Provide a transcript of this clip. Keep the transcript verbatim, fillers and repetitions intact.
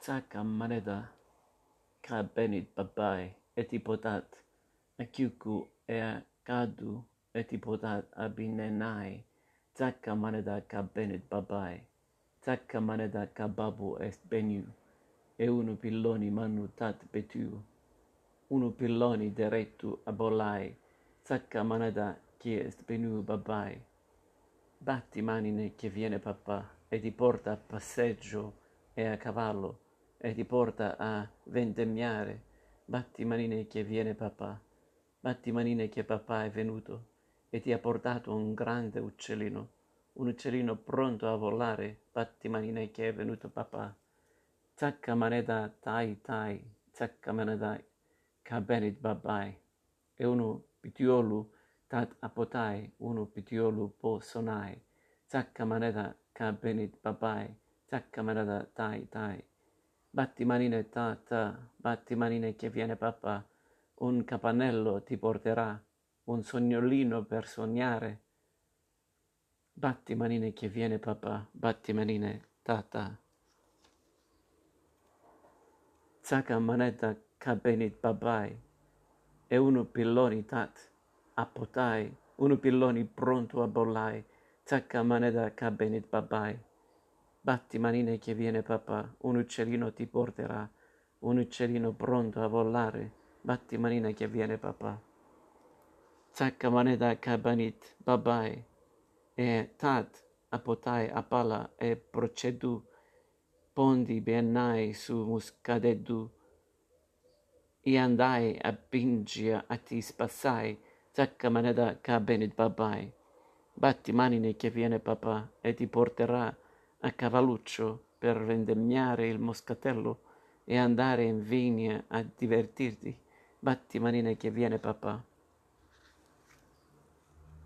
Tsaka maneda ka benit babai et ipotat a kyuku e a kadu et ipotat a binenai. Tsaka maneda ka benit babai. Tsaka maneda ka babu est benu. E uno pilloni manu tat betu. Uno pilloni deretu a bolai. Tsaka maneda chi est benu babai. Batti manine che viene papà e ti porta a passeggio e a cavallo e ti porta a vendemmiare. Batti manine che viene papà. Batti manine che papà è venuto e ti ha portato un grande uccellino, un uccellino pronto a volare. Batti manine che è venuto papà. Zacca maneda tai tai, zacca maneda ka benit babai. E uno pitiolu tat apotai, uno pitiolu po sonai. Zacca maneda ka benit babai, zacca maneda tai tai. Batti manine ta ta, batti manine che viene papà. Un campanello ti porterà, un sognolino per sognare. Batti manine che viene papà, batti manine ta ta. Zacca maneda ka benit babai. E uno pilloni tat apotai, uno pilloni pronto a bollai. Zacca maneda ka benit babai. Batti manine che viene papà, un uccellino ti porterà, un uccellino pronto a volare. Batti manine che viene papà. Zacca maneda ka benit babai. E tat apotai apala e procedu, pondi biennai su muscadedu. I andai a bingia a ti spassai, zacca maneda ka benit babai. Batti manine che viene papà e ti porterà a cavalluccio per vendemmiare il moscatello e andare in vigna a divertirti. Batti manine che viene papà.